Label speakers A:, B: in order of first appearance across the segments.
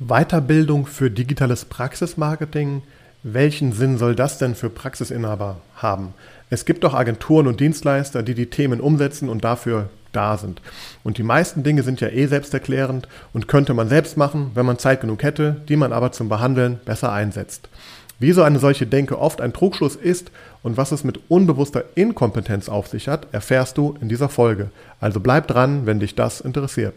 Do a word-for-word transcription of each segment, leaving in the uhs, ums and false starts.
A: Weiterbildung für digitales Praxismarketing, welchen Sinn soll das denn für Praxisinhaber haben? Es gibt doch Agenturen und Dienstleister, die die Themen umsetzen und dafür da sind. Und die meisten Dinge sind ja eh selbsterklärend und könnte man selbst machen, wenn man Zeit genug hätte, die man aber zum Behandeln besser einsetzt. Wieso eine solche Denke oft ein Trugschluss ist und was es mit unbewusster Inkompetenz auf sich hat, erfährst du in dieser Folge. Also bleib dran, wenn dich das interessiert.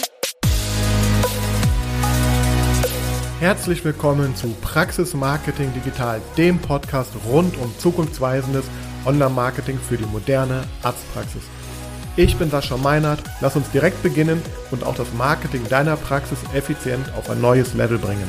A: Herzlich willkommen zu Praxis Marketing Digital, dem Podcast rund um zukunftsweisendes Online-Marketing für die moderne Arztpraxis. Ich bin Sascha Meinert, lass uns direkt beginnen und auch das Marketing deiner Praxis effizient auf ein neues Level bringen.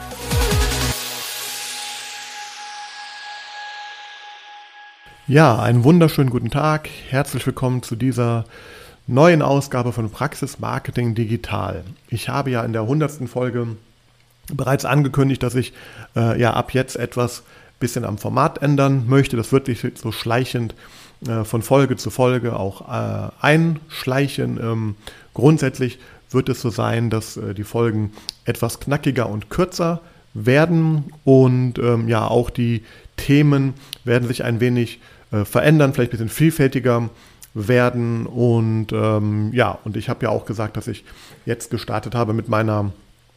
A: Ja, einen wunderschönen guten Tag, herzlich willkommen zu dieser neuen Ausgabe von Praxis Marketing Digital. Ich habe ja in der hundertsten Folge bereits angekündigt, dass ich äh, ja ab jetzt etwas bisschen am Format ändern möchte. Das wird sich so schleichend äh, von Folge zu Folge auch äh, einschleichen. Ähm, grundsätzlich wird es so sein, dass äh, die Folgen etwas knackiger und kürzer werden und ähm, ja auch die Themen werden sich ein wenig äh, verändern, vielleicht ein bisschen vielfältiger werden und ähm, ja, und ich habe ja auch gesagt, dass ich jetzt gestartet habe mit meiner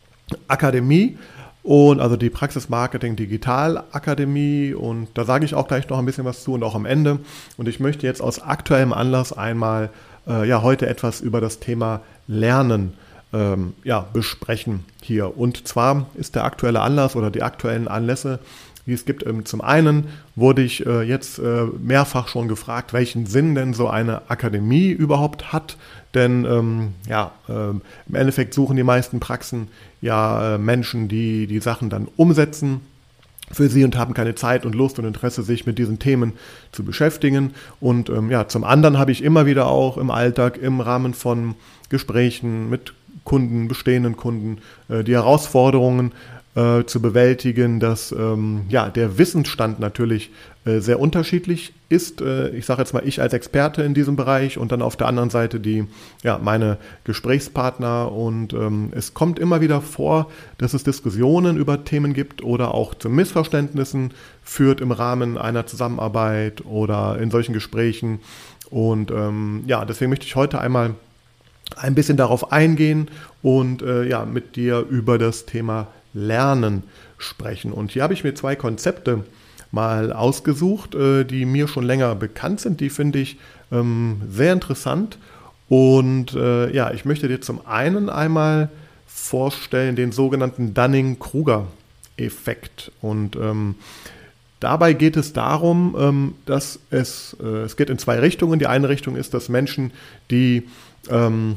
A: Akademie und also die Praxis Marketing Digital Akademie und da sage ich auch gleich noch ein bisschen was zu und auch am Ende und ich möchte jetzt aus aktuellem Anlass einmal äh, ja heute etwas über das Thema Lernen ähm, ja, besprechen hier und zwar ist der aktuelle Anlass oder die aktuellen Anlässe, die es gibt, ähm, zum einen wurde ich äh, jetzt äh, mehrfach schon gefragt, welchen Sinn denn so eine Akademie überhaupt hat. Denn ähm, ja, äh, im Endeffekt suchen die meisten Praxen ja äh, Menschen, die die Sachen dann umsetzen für sie und haben keine Zeit und Lust und Interesse, sich mit diesen Themen zu beschäftigen. Und ähm, ja, zum anderen habe ich immer wieder auch im Alltag im Rahmen von Gesprächen mit Kunden, bestehenden Kunden, äh, die Herausforderungen äh, zu bewältigen, dass ähm, ja, der Wissensstand natürlich äh, sehr unterschiedlich ist. Äh, ich sage jetzt mal, ich als Experte in diesem Bereich und dann auf der anderen Seite die, ja, meine Gesprächspartner. Und ähm, es kommt immer wieder vor, dass es Diskussionen über Themen gibt oder auch zu Missverständnissen führt im Rahmen einer Zusammenarbeit oder in solchen Gesprächen. Und ähm, ja, deswegen möchte ich heute einmal ein bisschen darauf eingehen und äh, ja, mit dir über das Thema Lernen sprechen. Und hier habe ich mir zwei Konzepte mal ausgesucht, äh, die mir schon länger bekannt sind. Die finde ich ähm, sehr interessant. Und äh, ja, ich möchte dir zum einen einmal vorstellen den sogenannten Dunning-Kruger-Effekt. Und ähm, dabei geht es darum, ähm, dass es, äh, es geht in zwei Richtungen. Die eine Richtung ist, dass Menschen, die ähm,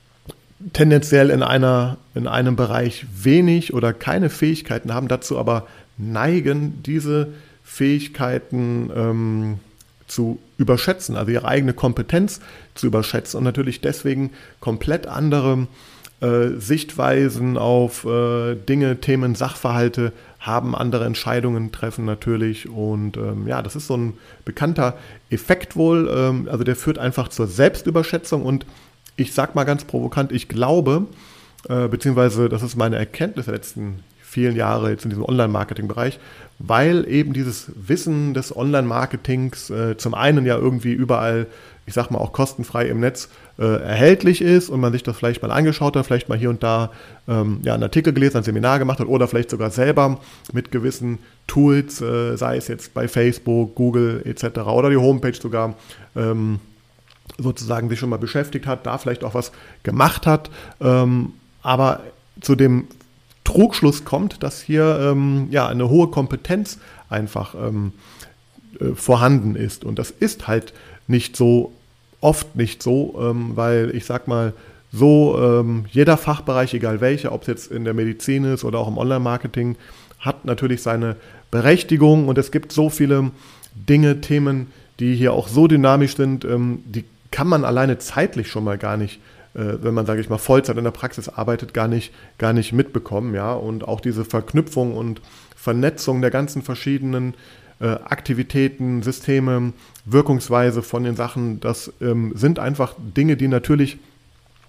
A: tendenziell in einer, in einem Bereich wenig oder keine Fähigkeiten haben, dazu aber neigen, diese Fähigkeiten ähm, zu überschätzen, also ihre eigene Kompetenz zu überschätzen und natürlich deswegen komplett andere äh, Sichtweisen auf äh, Dinge, Themen, Sachverhalte haben, andere Entscheidungen treffen natürlich und ähm, ja, das ist so ein bekannter Effekt wohl, ähm, also der führt einfach zur Selbstüberschätzung und ich sag mal ganz provokant, ich glaube, äh, beziehungsweise das ist meine Erkenntnis der letzten vielen Jahre jetzt in diesem Online-Marketing-Bereich, weil eben dieses Wissen des Online-Marketings äh, zum einen ja irgendwie überall, ich sag mal auch kostenfrei im Netz äh, erhältlich ist und man sich das vielleicht mal angeschaut hat, vielleicht mal hier und da ähm, ja, einen Artikel gelesen, ein Seminar gemacht hat oder vielleicht sogar selber mit gewissen Tools, äh, sei es jetzt bei Facebook, Google et cetera oder die Homepage sogar, ähm, sozusagen sich schon mal beschäftigt hat, da vielleicht auch was gemacht hat, ähm, aber zu dem Trugschluss kommt, dass hier ähm, ja eine hohe Kompetenz einfach ähm, äh, vorhanden ist und das ist halt nicht so, oft nicht so, ähm, weil ich sag mal so, ähm, jeder Fachbereich, egal welcher, ob es jetzt in der Medizin ist oder auch im Online-Marketing, hat natürlich seine Berechtigung und es gibt so viele Dinge, Themen, die hier auch so dynamisch sind, ähm, die kann man alleine zeitlich schon mal gar nicht, äh, wenn man, sage ich mal, Vollzeit in der Praxis arbeitet, gar nicht, gar nicht mitbekommen. Ja? Und auch diese Verknüpfung und Vernetzung der ganzen verschiedenen äh, Aktivitäten, Systeme, Wirkungsweise von den Sachen, das ähm, sind einfach Dinge, die natürlich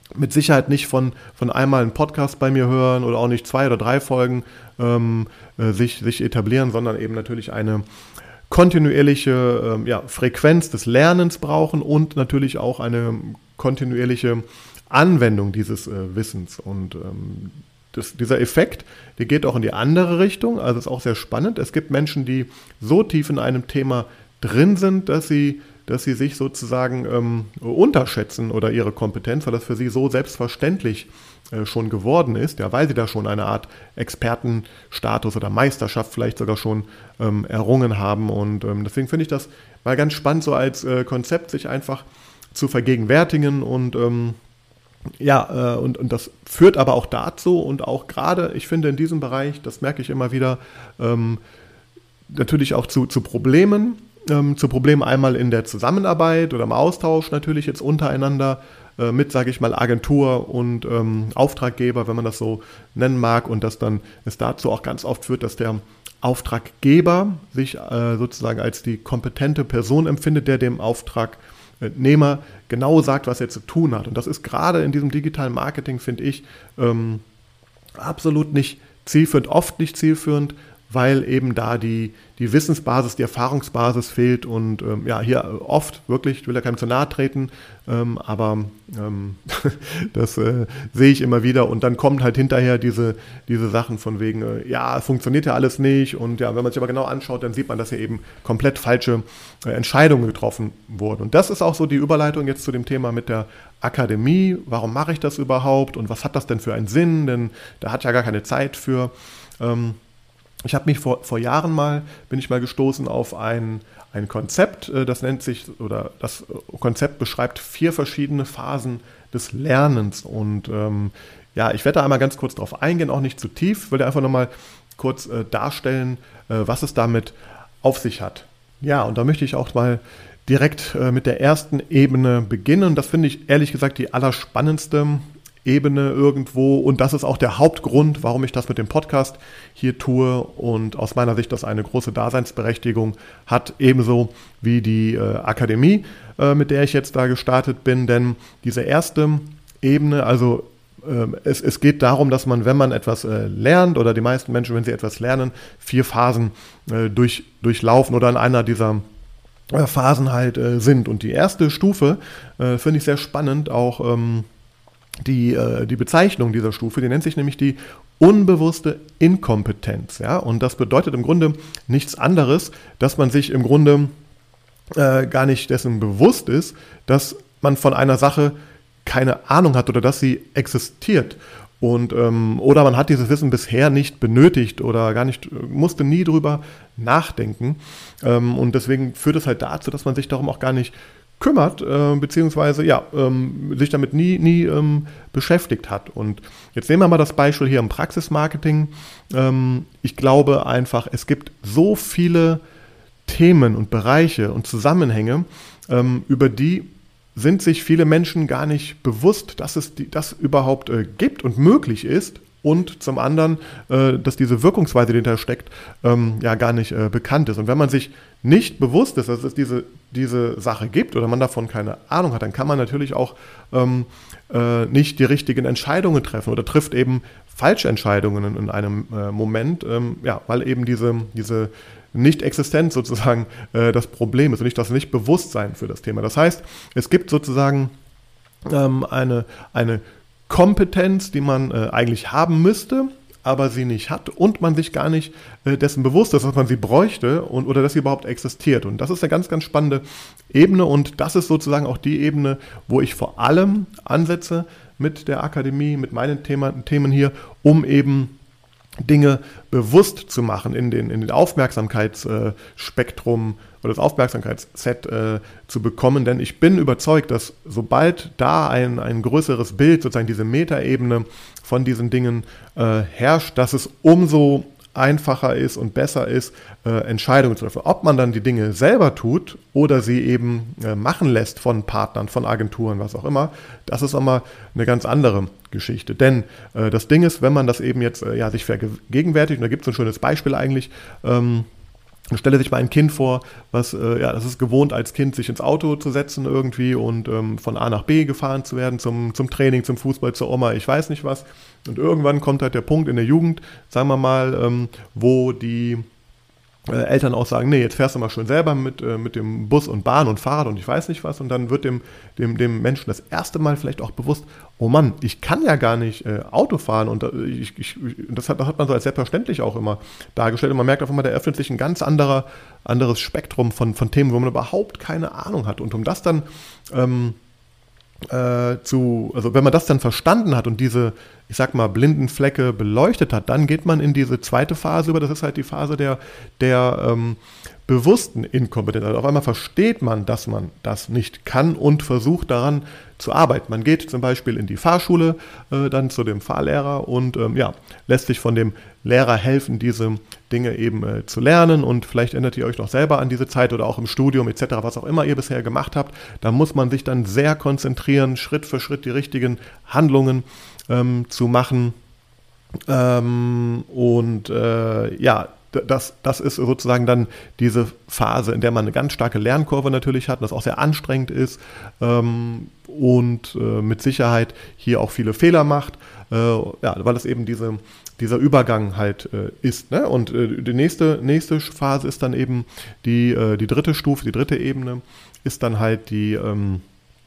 A: mit Sicherheit nicht von, von einmal einen Podcast bei mir hören oder auch nicht zwei oder drei Folgen ähm, äh, sich, sich etablieren, sondern eben natürlich eine kontinuierliche ähm, ja, Frequenz des Lernens brauchen und natürlich auch eine kontinuierliche Anwendung dieses äh, Wissens. Und ähm, das, dieser Effekt, der geht auch in die andere Richtung, also ist auch sehr spannend. Es gibt Menschen, die so tief in einem Thema drin sind, dass sie dass sie sich sozusagen ähm, unterschätzen oder ihre Kompetenz, weil das für sie so selbstverständlich äh, schon geworden ist, ja, weil sie da schon eine Art Expertenstatus oder Meisterschaft vielleicht sogar schon ähm, errungen haben. Und ähm, deswegen finde ich das mal ganz spannend, so als äh, Konzept sich einfach zu vergegenwärtigen und ähm, ja, äh, und, und das führt aber auch dazu und auch gerade, ich finde in diesem Bereich, das merke ich immer wieder, ähm, natürlich auch zu, zu Problemen, Ähm, zu Problemen einmal in der Zusammenarbeit oder im Austausch natürlich jetzt untereinander äh, mit, sage ich mal, Agentur und ähm, Auftraggeber, wenn man das so nennen mag, und dass dann es dazu auch ganz oft führt, dass der Auftraggeber sich äh, sozusagen als die kompetente Person empfindet, der dem Auftragnehmer genau sagt, was er zu tun hat. Und das ist gerade in diesem digitalen Marketing, finde ich, ähm, absolut nicht zielführend, oft nicht zielführend, weil eben da die, die Wissensbasis, die Erfahrungsbasis fehlt und ähm, ja, hier oft wirklich, ich will ja keinem zu nahe treten, ähm, aber ähm, das äh, sehe ich immer wieder und dann kommt halt hinterher diese, diese Sachen von wegen, äh, ja, funktioniert ja alles nicht und ja, wenn man sich aber genau anschaut, dann sieht man, dass hier eben komplett falsche äh, Entscheidungen getroffen wurden. Und das ist auch so die Überleitung jetzt zu dem Thema mit der Akademie. Warum mache ich das überhaupt und was hat das denn für einen Sinn? Denn da hat ja gar keine Zeit für. Ähm, Ich habe mich vor, vor Jahren mal, bin ich mal gestoßen auf ein, ein Konzept, das nennt sich, oder das Konzept beschreibt vier verschiedene Phasen des Lernens. Und ähm, ja, ich werde da einmal ganz kurz drauf eingehen, auch nicht zu tief, will einfach nochmal kurz äh, darstellen, äh, was es damit auf sich hat. Ja, und da möchte ich auch mal direkt äh, mit der ersten Ebene beginnen. Das finde ich ehrlich gesagt die allerspannendste Ebene irgendwo und das ist auch der Hauptgrund, warum ich das mit dem Podcast hier tue und aus meiner Sicht das eine große Daseinsberechtigung hat, ebenso wie die äh, Akademie, äh, mit der ich jetzt da gestartet bin, denn diese erste Ebene, also äh, es, es geht darum, dass man, wenn man etwas äh, lernt oder die meisten Menschen, wenn sie etwas lernen, vier Phasen äh, durch, durchlaufen oder in einer dieser äh, Phasen halt äh, sind und die erste Stufe äh, finde ich sehr spannend, auch ähm, Die, äh, die Bezeichnung dieser Stufe, die nennt sich nämlich die unbewusste Inkompetenz. Ja? Und das bedeutet im Grunde nichts anderes, dass man sich im Grunde äh, gar nicht dessen bewusst ist, dass man von einer Sache keine Ahnung hat oder dass sie existiert. Und, ähm, oder man hat dieses Wissen bisher nicht benötigt oder gar nicht, musste nie drüber nachdenken. Ähm, und deswegen führt es halt dazu, dass man sich darum auch gar nicht kümmert, äh, beziehungsweise ja, ähm, sich damit nie, nie ähm, beschäftigt hat. Und jetzt nehmen wir mal das Beispiel hier im Praxismarketing. Ähm, ich glaube einfach, es gibt so viele Themen und Bereiche und Zusammenhänge, ähm, über die sind sich viele Menschen gar nicht bewusst, dass es die, das überhaupt äh, gibt und möglich ist. Und zum anderen, äh, dass diese Wirkungsweise, die dahinter steckt, ähm, ja gar nicht äh, bekannt ist. Und wenn man sich nicht bewusst ist, dass es diese, diese Sache gibt oder man davon keine Ahnung hat, dann kann man natürlich auch ähm, äh, nicht die richtigen Entscheidungen treffen oder trifft eben falsche Entscheidungen in, in einem äh, Moment, ähm, ja, weil eben diese, diese Nicht-Existenz sozusagen äh, das Problem ist und nicht das Nicht-Bewusstsein für das Thema. Das heißt, es gibt sozusagen ähm, eine, eine Kompetenz, die man äh, eigentlich haben müsste, aber sie nicht hat und man sich gar nicht äh, dessen bewusst ist, dass man sie bräuchte und, oder dass sie überhaupt existiert. Und das ist eine ganz, ganz spannende Ebene und das ist sozusagen auch die Ebene, wo ich vor allem ansetze mit der Akademie, mit meinen Thema, Themen hier, um eben Dinge bewusst zu machen, in den, in den Aufmerksamkeitsspektrum oder das Aufmerksamkeitsset äh, zu bekommen. Denn ich bin überzeugt, dass sobald da ein, ein größeres Bild, sozusagen diese Metaebene von diesen Dingen äh, herrscht, dass es umso einfacher ist und besser ist, äh, Entscheidungen zu treffen. Ob man dann die Dinge selber tut oder sie eben äh, machen lässt von Partnern, von Agenturen, was auch immer, das ist immer eine ganz andere Geschichte. Denn äh, das Ding ist, wenn man das eben jetzt äh, ja, sich vergegenwärtigt, und da gibt es ein schönes Beispiel eigentlich, ähm, Stelle sich mal ein Kind vor, was, äh, ja, das ist gewohnt als Kind, sich ins Auto zu setzen irgendwie und ähm, von A nach B gefahren zu werden, zum, zum Training, zum Fußball, zur Oma, ich weiß nicht was. Und irgendwann kommt halt der Punkt in der Jugend, sagen wir mal, ähm, wo die äh, Eltern auch sagen, nee, jetzt fährst du mal schön selber mit, äh, mit dem Bus und Bahn und Fahrrad und ich weiß nicht was. Und dann wird dem, dem, dem Menschen das erste Mal vielleicht auch bewusst, oh Mann, ich kann ja gar nicht äh, Auto fahren. Und äh, ich, ich, das, hat, das hat man so als selbstverständlich auch immer dargestellt. Und man merkt auf einmal, da öffnet sich ein ganz anderer, anderes Spektrum von, von Themen, wo man überhaupt keine Ahnung hat. Und um das dann ähm, äh, zu, also wenn man das dann verstanden hat und diese, ich sag mal, blinden Flecke beleuchtet hat, dann geht man in diese zweite Phase über, das ist halt die Phase der, der ähm, bewussten Inkompetenz. Also auf einmal versteht man, dass man das nicht kann und versucht daran zu arbeiten. Man geht zum Beispiel in die Fahrschule, äh, dann zu dem Fahrlehrer und ähm, ja, lässt sich von dem Lehrer helfen, diese Dinge eben äh, zu lernen und vielleicht erinnert ihr euch noch selber an diese Zeit oder auch im Studium et cetera, was auch immer ihr bisher gemacht habt. Da muss man sich dann sehr konzentrieren, Schritt für Schritt die richtigen Handlungen ähm, zu machen ähm, und äh, ja, Das, das ist sozusagen dann diese Phase, in der man eine ganz starke Lernkurve natürlich hat, das auch sehr anstrengend ist ähm, und äh, mit Sicherheit hier auch viele Fehler macht, äh, ja, weil es eben diese, dieser Übergang halt äh, ist. Ne? Und äh, die nächste, nächste Phase ist dann eben die, äh, die dritte Stufe, die dritte Ebene ist dann halt die ähm,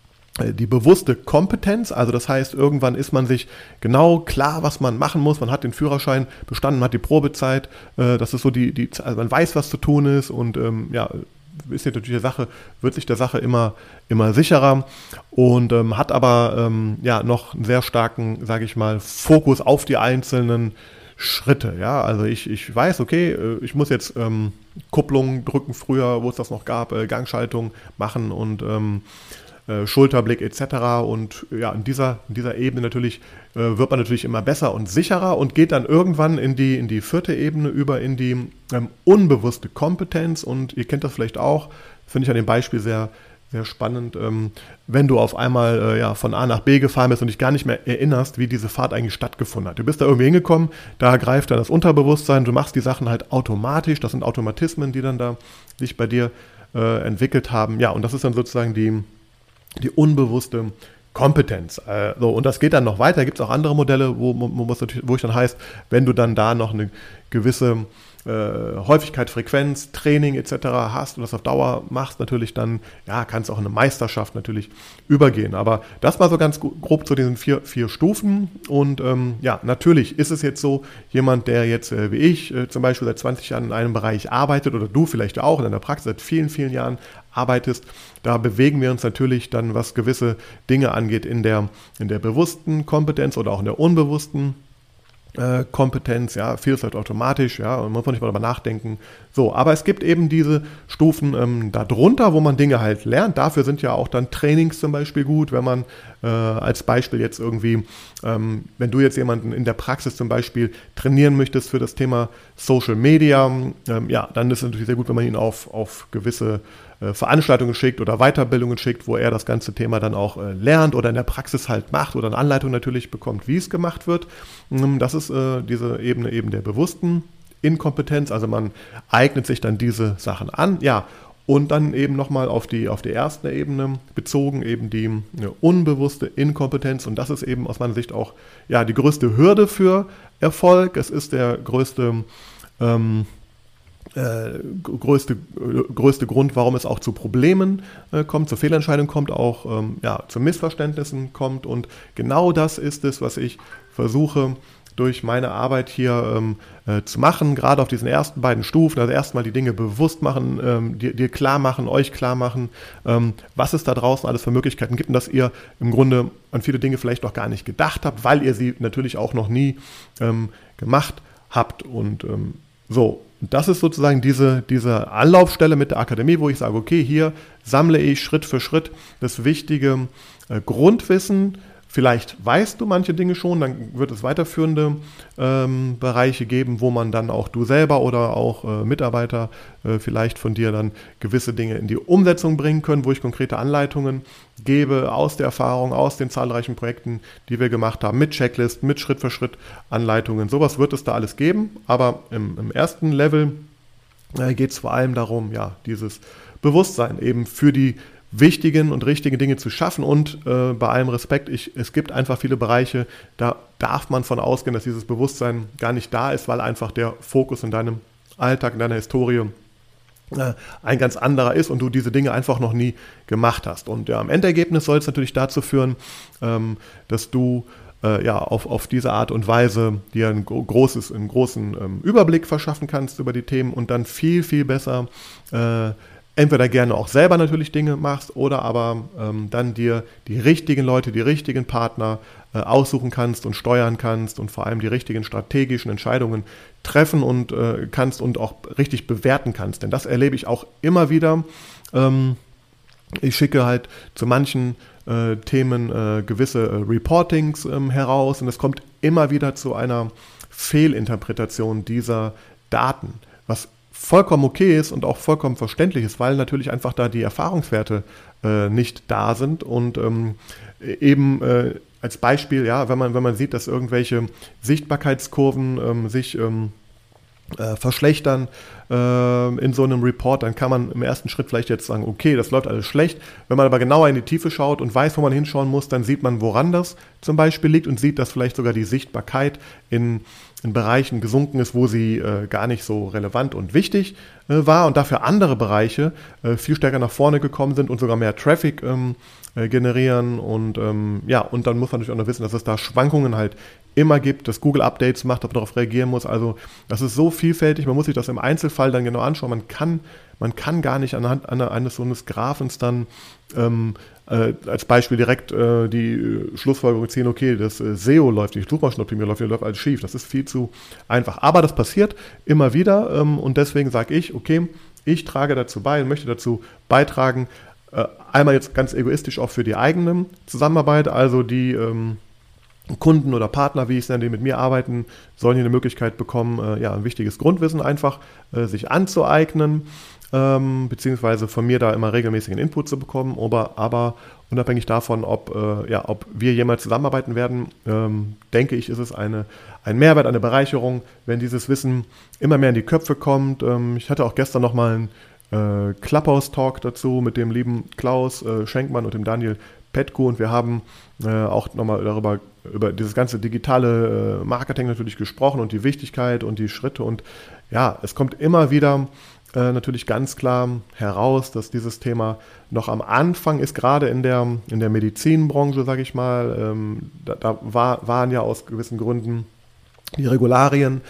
A: die bewusste Kompetenz, also das heißt, irgendwann ist man sich genau klar, was man machen muss, man hat den Führerschein bestanden, man hat die Probezeit, äh, das ist so die, die, also man weiß, was zu tun ist und ähm, ja, ist natürlich der Sache, wird sich der Sache immer, immer sicherer und ähm, hat aber ähm, ja noch einen sehr starken, sage ich mal, Fokus auf die einzelnen Schritte, ja, also ich, ich weiß, okay, ich muss jetzt ähm, Kupplung drücken früher, wo es das noch gab, äh, Gangschaltung machen und ähm, Schulterblick et cetera. Und ja, in dieser, in dieser Ebene natürlich äh, wird man natürlich immer besser und sicherer und geht dann irgendwann in die, in die vierte Ebene über, in die ähm, unbewusste Kompetenz. Und ihr kennt das vielleicht auch, finde ich an dem Beispiel sehr, sehr spannend, ähm, wenn du auf einmal äh, ja, von A nach B gefahren bist und dich gar nicht mehr erinnerst, wie diese Fahrt eigentlich stattgefunden hat. Du bist da irgendwie hingekommen, da greift dann das Unterbewusstsein, du machst die Sachen halt automatisch, das sind Automatismen, die dann da sich bei dir äh, entwickelt haben. Ja, und das ist dann sozusagen die die unbewusste Kompetenz. Äh, so, und das geht dann noch weiter. Gibt es auch andere Modelle, wo, wo, wo ich dann heißt, wenn du dann da noch eine gewisse äh, Häufigkeit, Frequenz, Training et cetera hast und das auf Dauer machst, natürlich dann, ja, kannst du auch in eine Meisterschaft natürlich übergehen. Aber das mal so ganz grob zu diesen vier, vier Stufen. Und ähm, ja, natürlich ist es jetzt so, jemand, der jetzt äh, wie ich äh, zum Beispiel seit zwanzig Jahren in einem Bereich arbeitet oder du vielleicht auch in deiner Praxis seit vielen, vielen Jahren arbeitest, da bewegen wir uns natürlich dann, was gewisse Dinge angeht, in der, in der bewussten Kompetenz oder auch in der unbewussten äh, Kompetenz, ja, vieles halt automatisch, ja, und muss man nicht mal darüber nachdenken. So, aber es gibt eben diese Stufen ähm, darunter, wo man Dinge halt lernt. Dafür sind ja auch dann Trainings zum Beispiel gut, wenn man äh, als Beispiel jetzt irgendwie, ähm, wenn du jetzt jemanden in der Praxis zum Beispiel trainieren möchtest für das Thema Social Media, ähm, ja, dann ist es natürlich sehr gut, wenn man ihn auf, auf gewisse äh, Veranstaltungen schickt oder Weiterbildungen schickt, wo er das ganze Thema dann auch äh, lernt oder in der Praxis halt macht oder eine Anleitung natürlich bekommt, wie es gemacht wird. Ähm, das ist äh, diese Ebene eben der bewussten Inkompetenz, also man eignet sich dann diese Sachen an, ja, und dann eben nochmal auf die, auf die erste Ebene bezogen, eben die eine unbewusste Inkompetenz, und das ist eben aus meiner Sicht auch ja, die größte Hürde für Erfolg, es ist der größte, ähm, äh, größte, äh, größte Grund, warum es auch zu Problemen äh, kommt, zu Fehlentscheidungen kommt, auch ähm, ja, zu Missverständnissen kommt, und genau das ist es, was ich versuche, durch meine Arbeit hier ähm, äh, zu machen, gerade auf diesen ersten beiden Stufen, also erstmal die Dinge bewusst machen, ähm, dir, dir klar machen, euch klar machen, ähm, was es da draußen alles für Möglichkeiten gibt und dass ihr im Grunde an viele Dinge vielleicht noch gar nicht gedacht habt, weil ihr sie natürlich auch noch nie ähm, gemacht habt. Und ähm, so, das ist sozusagen diese, diese Anlaufstelle mit der Akademie, wo ich sage, okay, hier sammle ich Schritt für Schritt das wichtige äh, Grundwissen. Vielleicht weißt du manche Dinge schon, dann wird es weiterführende ähm, Bereiche geben, wo man dann auch du selber oder auch äh, Mitarbeiter äh, vielleicht von dir dann gewisse Dinge in die Umsetzung bringen können, wo ich konkrete Anleitungen gebe aus der Erfahrung, aus den zahlreichen Projekten, die wir gemacht haben, mit Checklisten, mit Schritt-für-Schritt Anleitungen. Sowas wird es da alles geben, aber im, im ersten Level äh, geht es vor allem darum, ja, dieses Bewusstsein eben für die wichtigen und richtigen Dinge zu schaffen und äh, bei allem Respekt, ich, es gibt einfach viele Bereiche, da darf man von ausgehen, dass dieses Bewusstsein gar nicht da ist, weil einfach der Fokus in deinem Alltag, in deiner Historie äh, ein ganz anderer ist und du diese Dinge einfach noch nie gemacht hast. Und ja, im Endergebnis soll es natürlich dazu führen, ähm, dass du äh, ja, auf, auf diese Art und Weise dir ein großes, einen großen ähm, Überblick verschaffen kannst über die Themen und dann viel, viel besser äh, entweder gerne auch selber natürlich Dinge machst oder aber ähm, dann dir die richtigen Leute, die richtigen Partner äh, aussuchen kannst und steuern kannst und vor allem die richtigen strategischen Entscheidungen treffen und äh, kannst und auch richtig bewerten kannst. Denn das erlebe ich auch immer wieder. Ähm, ich schicke halt zu manchen äh, Themen äh, gewisse äh, Reportings ähm, heraus und es kommt immer wieder zu einer Fehlinterpretation dieser Daten, was vollkommen okay ist und auch vollkommen verständlich ist, weil natürlich einfach da die Erfahrungswerte äh, nicht da sind und ähm, eben äh, als Beispiel, ja, wenn man, wenn man sieht, dass irgendwelche Sichtbarkeitskurven ähm, sich ähm, äh, verschlechtern äh, in so einem Report, dann kann man im ersten Schritt vielleicht jetzt sagen, okay, das läuft alles schlecht. Wenn man aber genauer in die Tiefe schaut und weiß, wo man hinschauen muss, dann sieht man, woran das zum Beispiel liegt und sieht, dass vielleicht sogar die Sichtbarkeit in in Bereichen gesunken ist, wo sie äh, gar nicht so relevant und wichtig äh, war und dafür andere Bereiche äh, viel stärker nach vorne gekommen sind und sogar mehr Traffic ähm, äh, generieren und ähm, ja, und dann muss man natürlich auch noch wissen, dass es da Schwankungen halt immer gibt, dass Google Updates macht, ob man darauf reagieren muss, also das ist so vielfältig, man muss sich das im Einzelfall dann genau anschauen, man kann, man kann gar nicht anhand eines so eines Graphens dann ähm, Äh, als Beispiel direkt äh, die äh, Schlussfolgerung ziehen, okay, das äh, S E O läuft, die Suchmaschinenoptimierung läuft, die läuft alles schief. Das ist viel zu einfach. Aber das passiert immer wieder ähm, und deswegen sage ich, okay, ich trage dazu bei und möchte dazu beitragen, äh, einmal jetzt ganz egoistisch auch für die eigene Zusammenarbeit, also die ähm, Kunden oder Partner, wie ich es nenne, die mit mir arbeiten, sollen hier eine Möglichkeit bekommen, äh, ja, ein wichtiges Grundwissen einfach äh, sich anzueignen, ähm, beziehungsweise von mir da immer regelmäßigen Input zu bekommen, aber, aber unabhängig davon, ob, äh, ja, ob wir jemals zusammenarbeiten werden, ähm, denke ich, ist es eine, ein Mehrwert, eine Bereicherung, wenn dieses Wissen immer mehr in die Köpfe kommt. Ähm, ich hatte auch gestern nochmal einen äh, Clubhouse-Talk dazu mit dem lieben Klaus äh, Schenkmann und dem Daniel Petko und wir haben äh, auch nochmal darüber, über dieses ganze digitale äh, Marketing natürlich gesprochen und die Wichtigkeit und die Schritte und ja, es kommt immer wieder äh, natürlich ganz klar heraus, dass dieses Thema noch am Anfang ist, gerade in der, in der Medizinbranche, sage ich mal, ähm, da, da war, waren ja aus gewissen Gründen die Regularien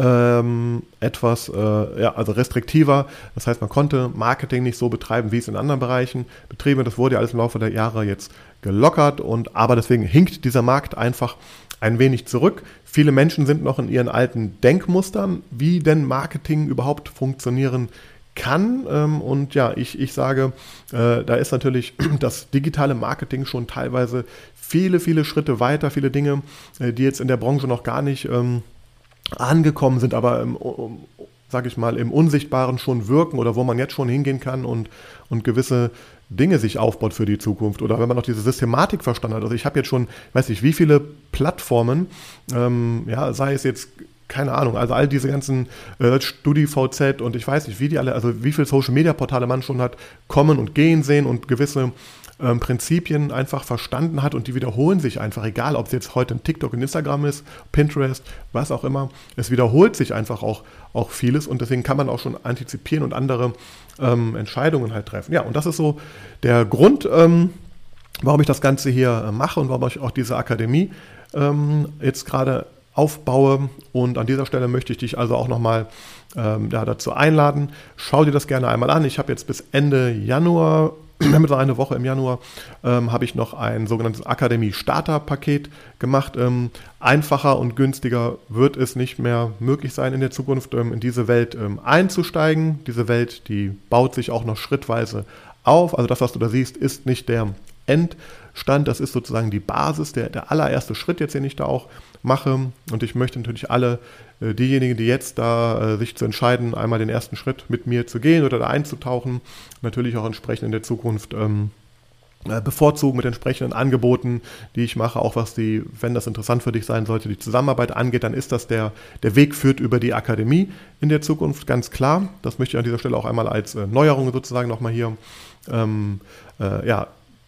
A: ähm, etwas äh, ja, also restriktiver. Das heißt, man konnte Marketing nicht so betreiben, wie es in anderen Bereichen betrieben wird. Das wurde ja alles im Laufe der Jahre jetzt gelockert. Und, aber deswegen hinkt dieser Markt einfach ein wenig zurück. Viele Menschen sind noch in ihren alten Denkmustern, wie denn Marketing überhaupt funktionieren kann. Ähm, und ja, ich, ich sage, äh, da ist natürlich das digitale Marketing schon teilweise viele, viele Schritte weiter, viele Dinge, äh, die jetzt in der Branche noch gar nicht ähm, angekommen sind, aber im, um, sage ich mal, im Unsichtbaren schon wirken oder wo man jetzt schon hingehen kann und, und gewisse Dinge sich aufbaut für die Zukunft oder wenn man noch diese Systematik verstanden hat. Also ich habe jetzt schon, weiß nicht, wie viele Plattformen, ähm, ja, sei es jetzt keine Ahnung, also all diese ganzen äh, StudiVZ und ich weiß nicht, wie die alle, also wie viele Social-Media-Portale man schon hat, kommen und gehen sehen und gewisse ähm, Prinzipien einfach verstanden hat und die wiederholen sich einfach, egal ob es jetzt heute ein TikTok, ein Instagram ist, Pinterest, was auch immer, es wiederholt sich einfach auch, auch vieles und deswegen kann man auch schon antizipieren und andere ähm, Entscheidungen halt treffen. Ja, und das ist so der Grund, ähm, warum ich das Ganze hier äh, mache und warum ich auch diese Akademie ähm, jetzt gerade aufbaue und an dieser Stelle möchte ich dich also auch nochmal ähm, ja, dazu einladen. Schau dir das gerne einmal an. Ich habe jetzt bis Ende Januar, wir haben jetzt noch eine Woche im Januar, ähm, habe ich noch ein sogenanntes Akademie-Starter-Paket gemacht. Ähm, einfacher und günstiger wird es nicht mehr möglich sein in der Zukunft, ähm, in diese Welt ähm, einzusteigen. Diese Welt, die baut sich auch noch schrittweise auf. Also das, was du da siehst, ist nicht der Endstand. Das ist sozusagen die Basis, der, der allererste Schritt jetzt, den ich da auch mache. Und ich möchte natürlich alle äh, diejenigen, die jetzt da äh, sich zu entscheiden, einmal den ersten Schritt mit mir zu gehen oder da einzutauchen, natürlich auch entsprechend in der Zukunft ähm, bevorzugen mit entsprechenden Angeboten, die ich mache, auch was die, wenn das interessant für dich sein sollte, die Zusammenarbeit angeht, dann ist das der, der Weg führt über die Akademie in der Zukunft, ganz klar. Das möchte ich an dieser Stelle auch einmal als äh, Neuerung sozusagen nochmal hier ähm, äh, ja,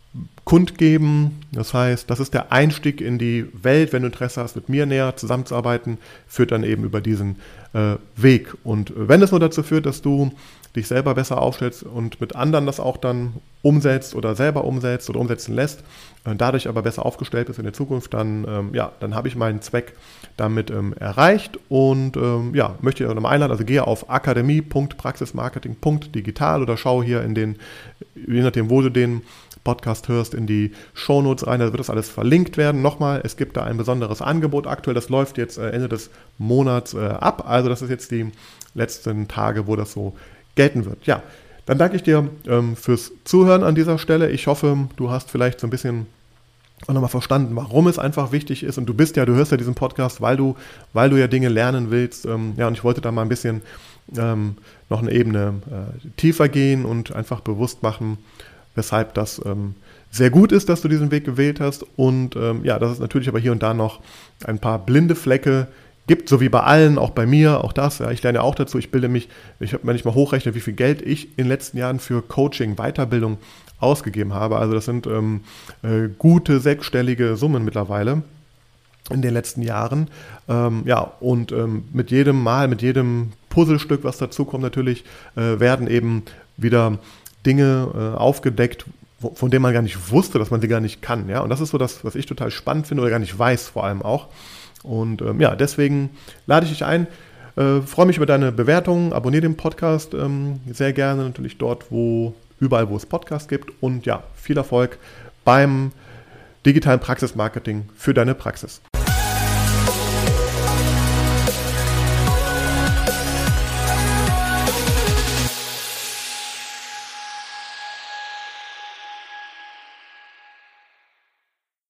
A: kundgeben. Das heißt, das ist der Einstieg in die Welt, wenn du Interesse hast, mit mir näher zusammenzuarbeiten, führt dann eben über diesen äh, Weg. Und wenn es nur dazu führt, dass du dich selber besser aufstellst und mit anderen das auch dann umsetzt oder selber umsetzt oder umsetzen lässt, äh, dadurch aber besser aufgestellt bist in der Zukunft, dann, ähm, ja, dann habe ich meinen Zweck damit ähm, erreicht und ähm, ja, möchte ich nochmal einladen, also gehe auf akademie punkt praxismarketing punkt digital oder schau hier in den, je nachdem, wo du den Podcast hörst, in die Shownotes rein, da wird das alles verlinkt werden. Nochmal, es gibt da ein besonderes Angebot aktuell, das läuft jetzt äh, Ende des Monats äh, ab, also das ist jetzt die letzten Tage, wo das so gelten wird. Ja, dann danke ich dir ähm, fürs Zuhören an dieser Stelle. Ich hoffe, du hast vielleicht so ein bisschen auch nochmal verstanden, warum es einfach wichtig ist. Und du bist ja, du hörst ja diesen Podcast, weil du, weil du ja Dinge lernen willst. Ähm, ja, und ich wollte da mal ein bisschen ähm, noch eine Ebene äh, tiefer gehen und einfach bewusst machen, weshalb das ähm, sehr gut ist, dass du diesen Weg gewählt hast. Und ähm, ja, dass es natürlich aber hier und da noch ein paar blinde Flecke gibt, so wie bei allen, auch bei mir, auch das. Ja, ich lerne ja auch dazu, ich bilde mich, ich habe, wenn ich mal hochrechne, wie viel Geld ich in den letzten Jahren für Coaching, Weiterbildung ausgegeben habe. Also das sind ähm, äh, gute sechsstellige Summen mittlerweile in den letzten Jahren. Ähm, ja, und ähm, mit jedem Mal, mit jedem Puzzlestück, was dazu kommt, natürlich, äh, werden eben wieder Dinge äh, aufgedeckt, wo, von denen man gar nicht wusste, dass man sie gar nicht kann. Ja? Und das ist so das, was ich total spannend finde oder gar nicht weiß vor allem auch. Und ähm, ja, deswegen lade ich dich ein, äh, freue mich über deine Bewertungen, abonniere den Podcast ähm, sehr gerne, natürlich dort, wo überall, wo es Podcasts gibt. Und ja, viel Erfolg beim digitalen Praxismarketing für deine Praxis.